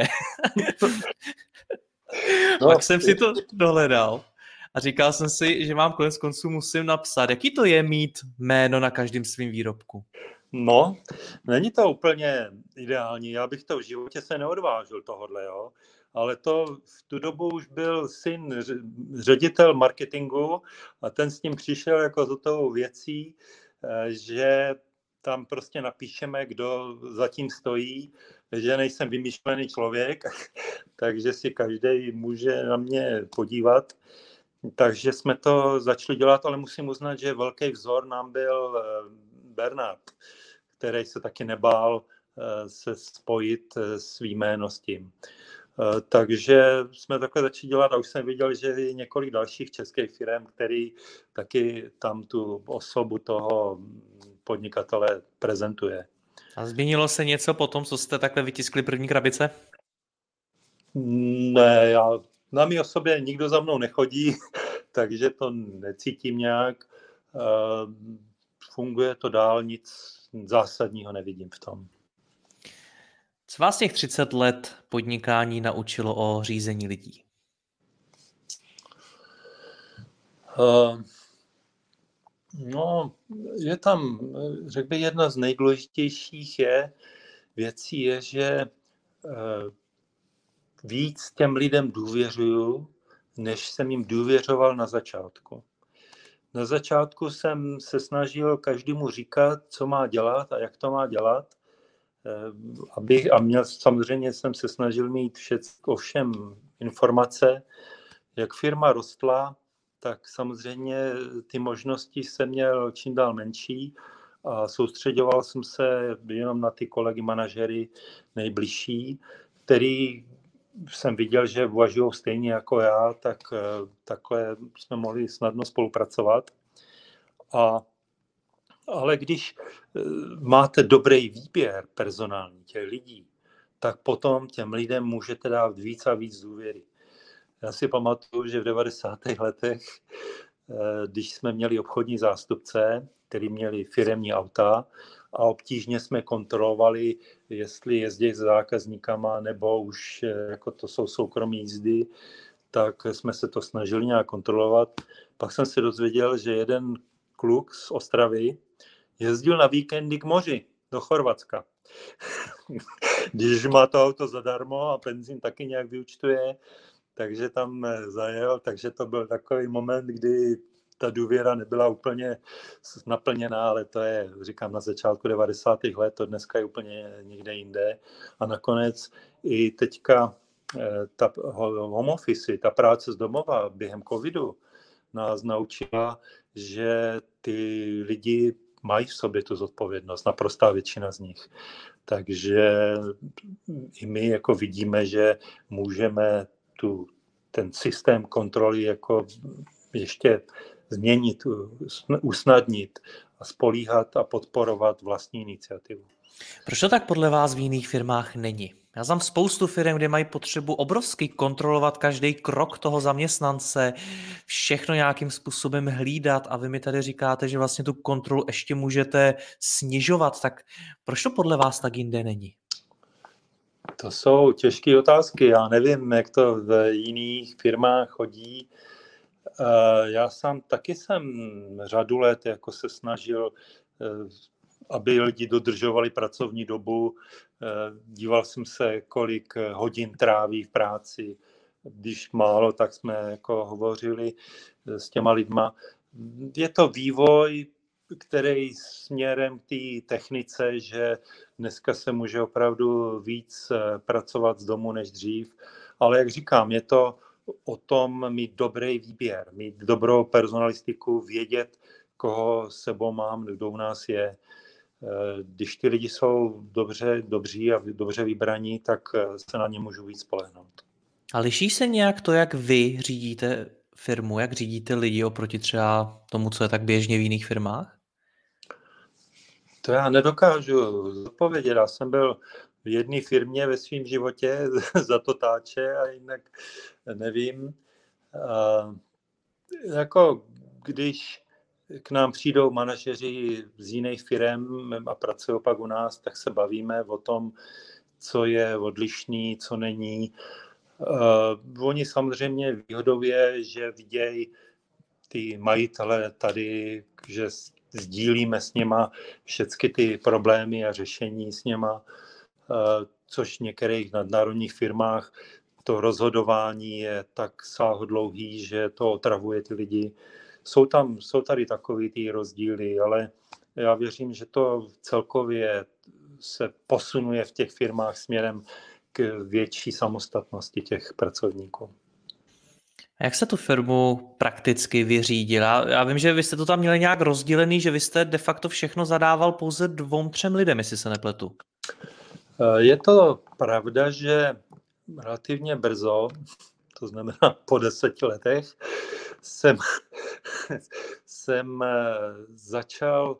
No, pak jsem si to dohledal a říkal jsem si, že mám konec konců musím napsat, jaký to je mít jméno na každém svým výrobku. No, není to úplně ideální. Já bych to v životě se neodvážil tohodle, jo. Ale to v tu dobu už byl syn ředitel marketingu a ten s tím přišel jako za tou věcí, že tam prostě napíšeme, kdo zatím stojí, že nejsem vymyšlený člověk, takže si každý může na mě podívat. Takže jsme to začali dělat, ale musím uznat, že velký vzor nám byl Bernard, který se taky nebál se spojit svým jméno s tím. Takže jsme takhle začali dělat a už jsem viděl, že je několik dalších českých firm, který taky tam tu osobu toho podnikatele prezentuje. A změnilo se něco po tom, co jste takhle vytiskli první krabice? Ne, já, na mý osobě nikdo za mnou nechodí, takže to necítím nějak. Funguje to dál, nic zásadního nevidím v tom. Co vás těch třicet let podnikání naučilo o řízení lidí? Uh, no, je tam, řekl bych, jedna z nejdůležitějších je, věcí je, že uh, víc těm lidem důvěřuju, než jsem jim důvěřoval na začátku. Na začátku jsem se snažil každému říkat, co má dělat a jak to má dělat. Abych, a měl, samozřejmě jsem se snažil mít všechno, všem informace. Jak firma rostla, tak samozřejmě ty možnosti jsem měl čím dál menší a soustředoval jsem se jenom na ty kolegy manažery nejbližší, který jsem viděl, že uvažují stejně jako já, tak takhle jsme mohli snadno spolupracovat. A, ale když máte dobrý výběr personální těch lidí, tak potom těm lidem můžete dát víc a víc důvěry. Já si pamatuju, že v devadesátých letech, když jsme měli obchodní zástupce, který měli firemní auta a obtížně jsme kontrolovali, jestli jezdí s zákazníkama nebo už jako to jsou soukromí jízdy, tak jsme se to snažili nějak kontrolovat. Pak jsem se dozvěděl, že jeden kluk z Ostravy jezdil na víkendy k moři do Chorvatska. Když má to auto zadarmo a benzín taky nějak vyúčtuje, takže tam zajel, takže to byl takový moment, kdy ta důvěra nebyla úplně naplněná, ale to je, říkám, na začátku devadesátých let, to dneska je úplně někde jinde. A nakonec i teďka ta home office, ta práce z domova během covidu nás naučila, že ty lidi mají v sobě tu zodpovědnost, naprostá většina z nich. Takže i my jako vidíme, že můžeme tu, ten systém kontroly jako ještě změnit, usnadnit a spolíhat a podporovat vlastní iniciativu. Proč to tak podle vás v jiných firmách není? Já znám spoustu firm, kde mají potřebu obrovsky kontrolovat každý krok toho zaměstnance, všechno nějakým způsobem hlídat a vy mi tady říkáte, že vlastně tu kontrolu ještě můžete snižovat, tak proč to podle vás tak jinde není? To jsou těžké otázky, já nevím, jak to v jiných firmách chodí. Já sám taky jsem řadu let jako se snažil, aby lidi dodržovali pracovní dobu. Díval jsem se, kolik hodin tráví v práci. Když málo, tak jsme jako hovořili s těma lidma. Je to vývoj, který směrem k té technice, že dneska se může opravdu víc pracovat z domu než dřív. Ale jak říkám, je to o tom mít dobrý výběr, mít dobrou personalistiku, vědět, koho sebou mám, kdo u nás je. Když ty lidi jsou dobře, dobří a dobře vybraní, tak se na ně můžu víc spolehnout. A liší se nějak to, jak vy řídíte firmu, jak řídíte lidi oproti třeba tomu, co je tak běžně v jiných firmách? To já nedokážu odpovědět. Já jsem byl v jedné firmě ve svém životě za to táče a jinak nevím. A jako když k nám přijdou manažeři z jiných firm a pracují pak u nás, tak se bavíme o tom, co je odlišný, co není. Uh, oni samozřejmě výhodou je, že vidějí ty majitele tady, že sdílíme s něma všechny ty problémy a řešení s něma, uh, což v některých nadnárodních firmách to rozhodování je tak sáhodlouhý, že to otravuje ty lidi. Jsou tam, jsou tady takový ty rozdíly, ale já věřím, že to celkově se posunuje v těch firmách směrem k větší samostatnosti těch pracovníků. A jak se tu firmu prakticky vyřídila? Já vím, že vy jste to tam měli nějak rozdělený, že vy jste de facto všechno zadával pouze dvou, třem lidem, jestli se nepletu. Je to pravda, že relativně brzo, to znamená po deseti letech, jsem, jsem začal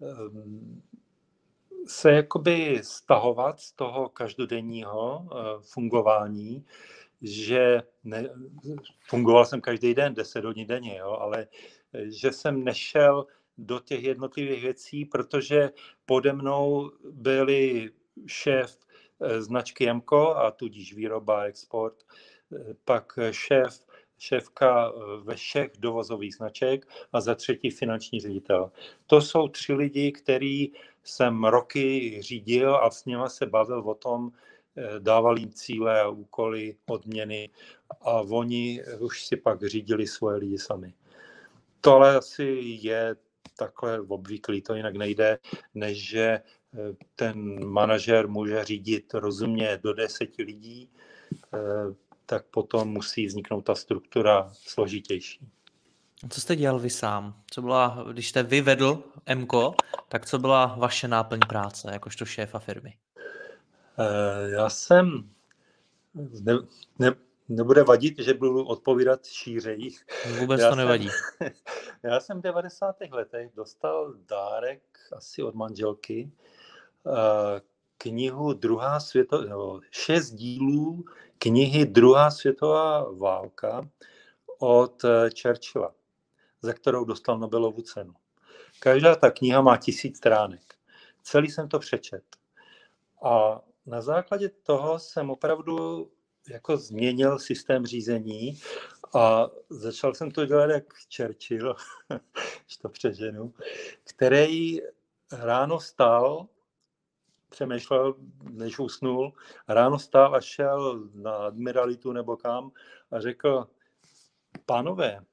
se jakoby stahovat z toho každodenního fungování, že ne, fungoval jsem každý den, deset hodin denně, jo, ale že jsem nešel do těch jednotlivých věcí, protože pode mnou byli šéf značky Emco a tudíž výroba, export, pak šéf, šéfka ve všech dovozových značek a za třetí finanční ředitel. To jsou tři lidi, který jsem roky řídil a s nimi se bavil o tom, dával jim cíle a úkoly, odměny a oni už si pak řídili svoje lidi sami. To ale asi je takhle obvyklý, to jinak nejde, než že ten manažer může řídit rozumně do deseti lidí, tak potom musí vzniknout ta struktura složitější. Co jste dělal vy sám? Co byla, když jste vy vedl Emco, tak co byla vaše náplň práce, jakožto šéfa firmy? Já jsem, ne, ne, nebude vadit, že budu odpovídat šířeji. Vůbec já to nevadí. Jsem, já jsem v devadesátých letech dostal dárek asi od manželky, knihu druhá světová, nebo šest dílů knihy Druhá světová válka od Churchilla, za kterou dostal Nobelovu cenu. Každá ta kniha má tisíc stránek. Celý jsem to přečet. A na základě toho jsem opravdu jako změnil systém řízení a začal jsem to dělat jak Churchill, když to přeženu, který ráno vstal, přemýšlel, než usnul, ráno vstal a šel na admiralitu nebo kam a řekl, pánové,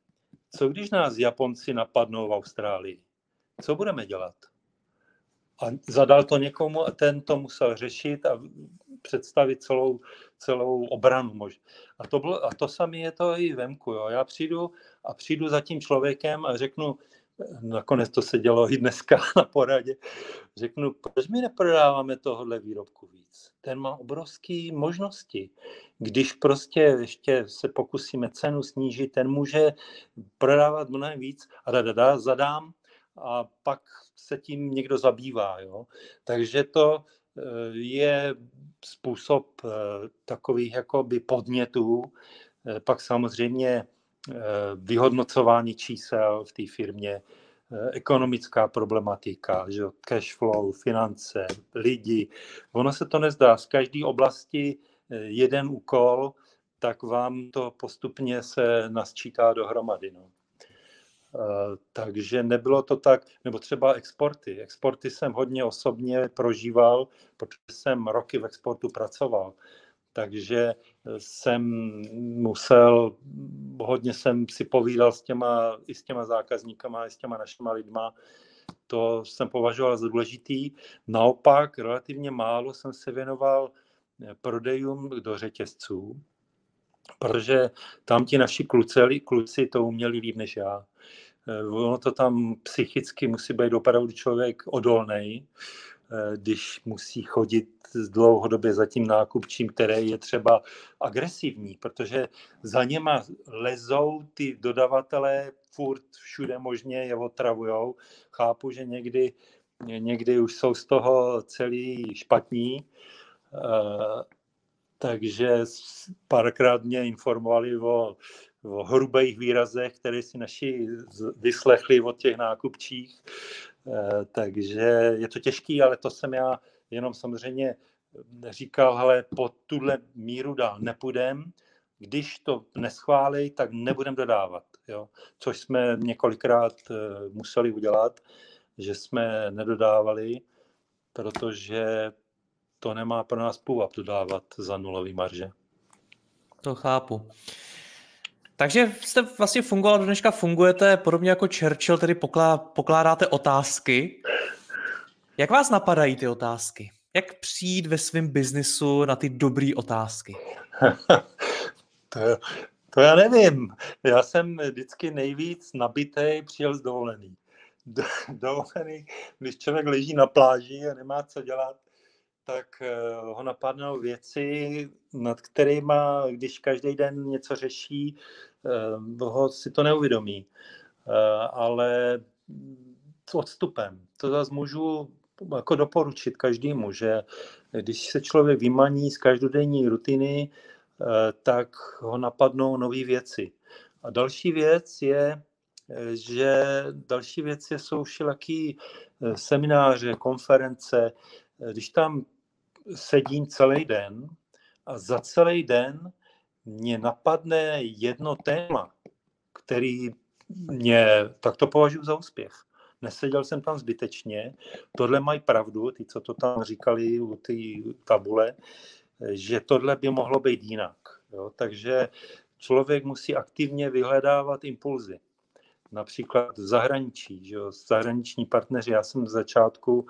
co když nás Japonci napadnou v Austrálii? Co budeme dělat? A zadal to někomu a ten to musel řešit a představit celou, celou obranu. A to, bylo, a to samé je to i venku. Jo. Já přijdu a přijdu za tím člověkem a řeknu, nakonec to se dělo i dneska na poradě, řeknu, proč my neprodáváme tohohle výrobku víc? Ten má obrovské možnosti. Když prostě ještě se pokusíme cenu snížit, ten může prodávat mnohem víc a da, da, da, zadám a pak se tím někdo zabývá. Jo? Takže to je způsob takových jakoby podnětů. Pak samozřejmě vyhodnocování čísel v té firmě, ekonomická problematika, že cash flow, finance, lidi. Ono se to nezdá. Z každé oblasti jeden úkol, tak vám to postupně se nasčítá dohromady. No. Takže nebylo to tak, nebo třeba exporty. Exporty jsem hodně osobně prožíval, protože jsem roky v exportu pracoval. Takže jsem musel, hodně jsem si povídal s těma, i s těma zákazníkama, i s těma našima lidma. To jsem považoval za důležitý. Naopak relativně málo jsem se věnoval prodejům do řetězců, protože tam ti naši kluci, kluci to uměli líp než já. Ono to tam psychicky musí být opravdu člověk odolnej, když musí chodit dlouhodobě za tím nákupčím, který je třeba agresivní, protože za něma lezou ty dodavatelé furt všude možně je otravujou. Chápu, že někdy, někdy už jsou z toho celý špatní, takže párkrát mě informovali o, o hrubých výrazech, které si naši vyslechli od těch nákupčích. Takže je to těžký, ale to jsem já jenom samozřejmě říkal, hele, po tuhle míru dál nepůjdem, když to neschválí, tak nebudem dodávat. Jo? Což jsme několikrát museli udělat, že jsme nedodávali, protože to nemá pro nás půvab dodávat za nulový marže. To chápu. Takže jste vlastně fungoval, do dneška fungujete podobně jako Churchill, tedy poklá, pokládáte otázky. Jak vás napadají ty otázky? Jak přijít ve svém biznisu na ty dobré otázky? to, to já nevím. Já jsem vždycky nejvíc nabitej přijel z dovolený. Do, dovolený, když člověk leží na pláži a nemá co dělat, tak ho napadnou věci, nad kterými, když každý den něco řeší, ho si to neuvědomí. Ale s odstupem. To zase můžu jako doporučit každému, že když se člověk vymaní z každodenní rutiny, tak ho napadnou nové věci. A další věc je, že další věci jsou všelaký semináře, konference. Když tam sedím celý den a za celý den mě napadne jedno téma, který mě, tak to považuji za úspěch. Neseděl jsem tam zbytečně. Tohle mají pravdu, ty, co to tam říkali u té tabule, že tohle by mohlo být jinak. Jo? Takže člověk musí aktivně vyhledávat impulzy. Například v zahraničí, že jo? Zahraniční partneři. Já jsem v začátku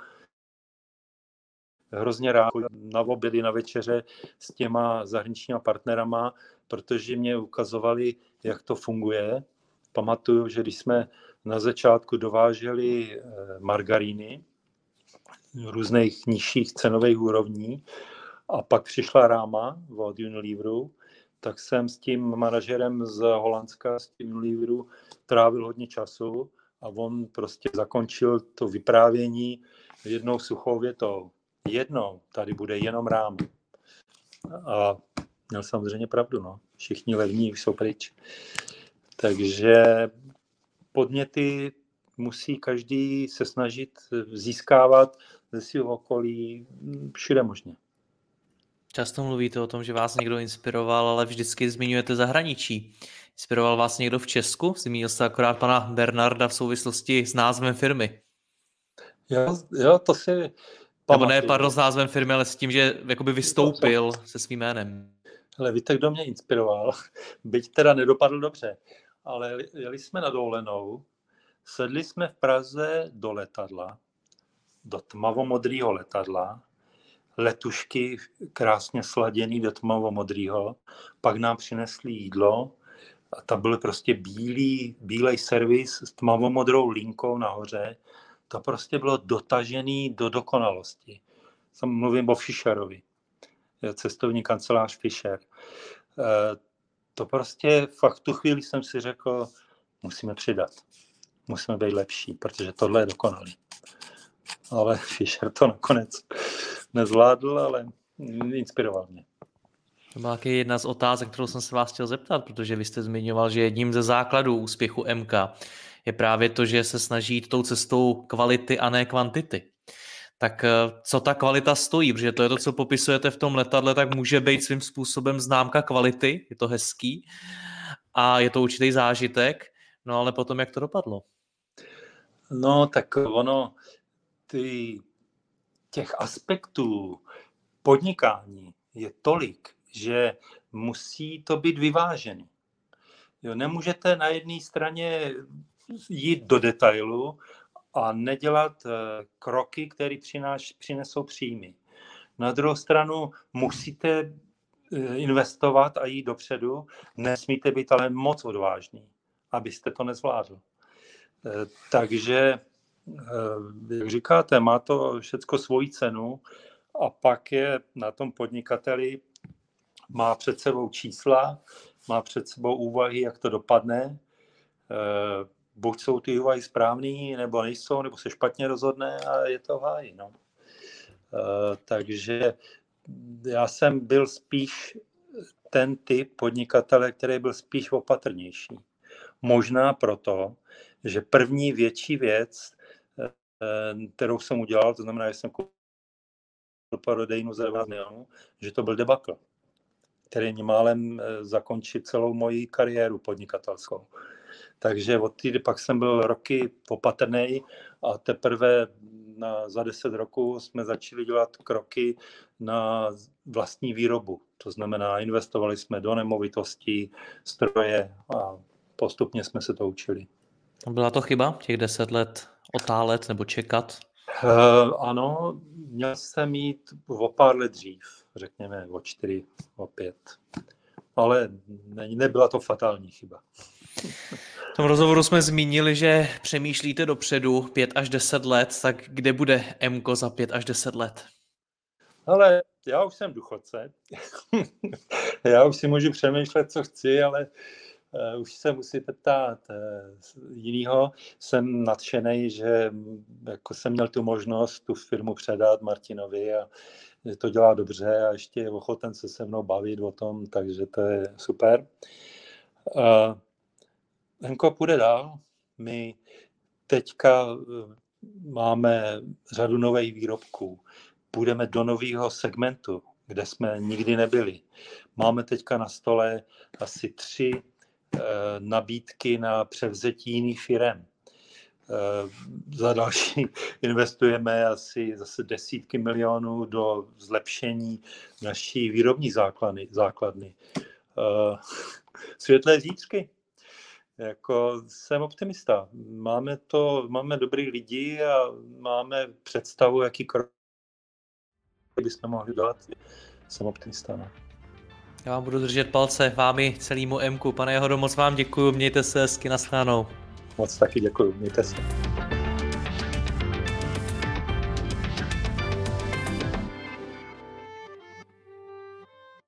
hrozně rád na obědy, na večeře s těma zahraničníma partnerama, protože mě ukazovali, jak to funguje. Pamatuju, že když jsme na začátku dováželi margaríny různých nižších cenových úrovní a pak přišla Ráma od Unileveru, tak jsem s tím manažerem z Holandska, z Unileveru, trávil hodně času a on prostě zakončil to vyprávění jednou suchou větou. Jednou tady bude jenom Ráma. A měl samozřejmě pravdu, no. Všichni levní už jsou pryč. Takže podněty musí každý se snažit získávat ze svého okolí všude možně. Často mluvíte o tom, že vás někdo inspiroval, ale vždycky zmiňujete zahraničí. Inspiroval vás někdo v Česku? Zmínil jste akorát pana Bernarda v souvislosti s názvem firmy. Jo, jo to si Nebo ne, pardon, s názvem firmy, ale s tím, že jakoby vystoupil se svým jménem. Ale víte, kdo mě inspiroval? Byť teda nedopadl dobře. ale jeli jsme na dovolenou, sedli jsme v Praze do letadla, do tmavomodrého letadla, letušky krásně sladěný do tmavomodrýho, pak nám přinesli jídlo a tam byl prostě bílý, bílej servis s tmavomodrou linkou nahoře. To prostě bylo dotažený do dokonalosti. Sam mluvím o Fischerovi, cestovní kancelář Fischer. To prostě fakt tu chvíli jsem si řekl, musíme přidat, musíme být lepší, protože tohle je dokonalý. Ale Fischer to nakonec nezvládl, ale inspiroval mě. To byla taky jedna z otázek, kterou jsem se vás chtěl zeptat, protože vy jste zmiňoval, že jedním ze základů úspěchu M K je právě to, že se snaží jít tou cestou kvality a ne kvantity. Tak co ta kvalita stojí? Protože to je to, co popisujete v tom letadle, tak může být svým způsobem známka kvality, je to hezký a je to určitý zážitek, no ale potom jak to dopadlo? No tak ono, ty, těch aspektů podnikání je tolik, že musí to být vyvážený. Jo, nemůžete na jedné straně jít do detailu a nedělat kroky, které přinesou příjmy. Na druhou stranu musíte investovat a jít dopředu, nesmíte být ale moc odvážní, abyste to nezvládl. Takže, jak říkáte, má to všecko svoji cenu a pak je na tom podnikateli, má před sebou čísla, má před sebou úvahy, jak to dopadne. Buď jsou ty úvahy správný, nebo nejsou, nebo se špatně rozhodne a je to v háji. No. Takže já jsem byl spíš ten typ podnikatele, který byl spíš opatrnější. Možná proto, že první větší věc, kterou jsem udělal, to znamená, že jsem koupil prodejnu za dvacet milionů, že to byl debakl, který mě málem zakončil celou moji kariéru podnikatelskou. Takže od té pak jsem byl roky opatrnej a teprve na, za deset roků jsme začali dělat kroky na vlastní výrobu. To znamená, investovali jsme do nemovitostí, stroje a postupně jsme se to učili. Byla to chyba, těch deset let otálet nebo čekat? Uh, ano, měl jsem jít o pár let dřív, řekněme o čtyři, o pět. Ale ne, nebyla to fatální chyba. V tom rozhovoru jsme zmínili, že přemýšlíte dopředu pět až deset let, tak kde bude M K za pět až deset let? Ale já už jsem důchodce. Já už si můžu přemýšlet, co chci, ale uh, už se musíte ptát uh, jinýho. Jsem nadšenej, že jako jsem měl tu možnost tu firmu předat Martinovi a to dělá dobře a ještě je ochoten se se mnou bavit o tom, takže to je super. Uh, M K půjde dál. My teďka máme řadu nových výrobků. Půjdeme do nového segmentu, kde jsme nikdy nebyli. Máme teďka na stole asi tři eh, nabídky na převzetí jiných firem. Eh, za další investujeme asi zase desítky milionů do zlepšení naší výrobní základny. základny. Eh, světlé zítřky. Jako jsem optimista. Máme to, máme dobrý lidi a máme představu, jaký krok bychom mohli dát. Jsem optimista. Ne? Já vám budu držet palce, vámi celému M K. Pane Jahodo, moc vám děkuju, mějte se hezky, nashledanou. Moc taky děkuju, mějte se.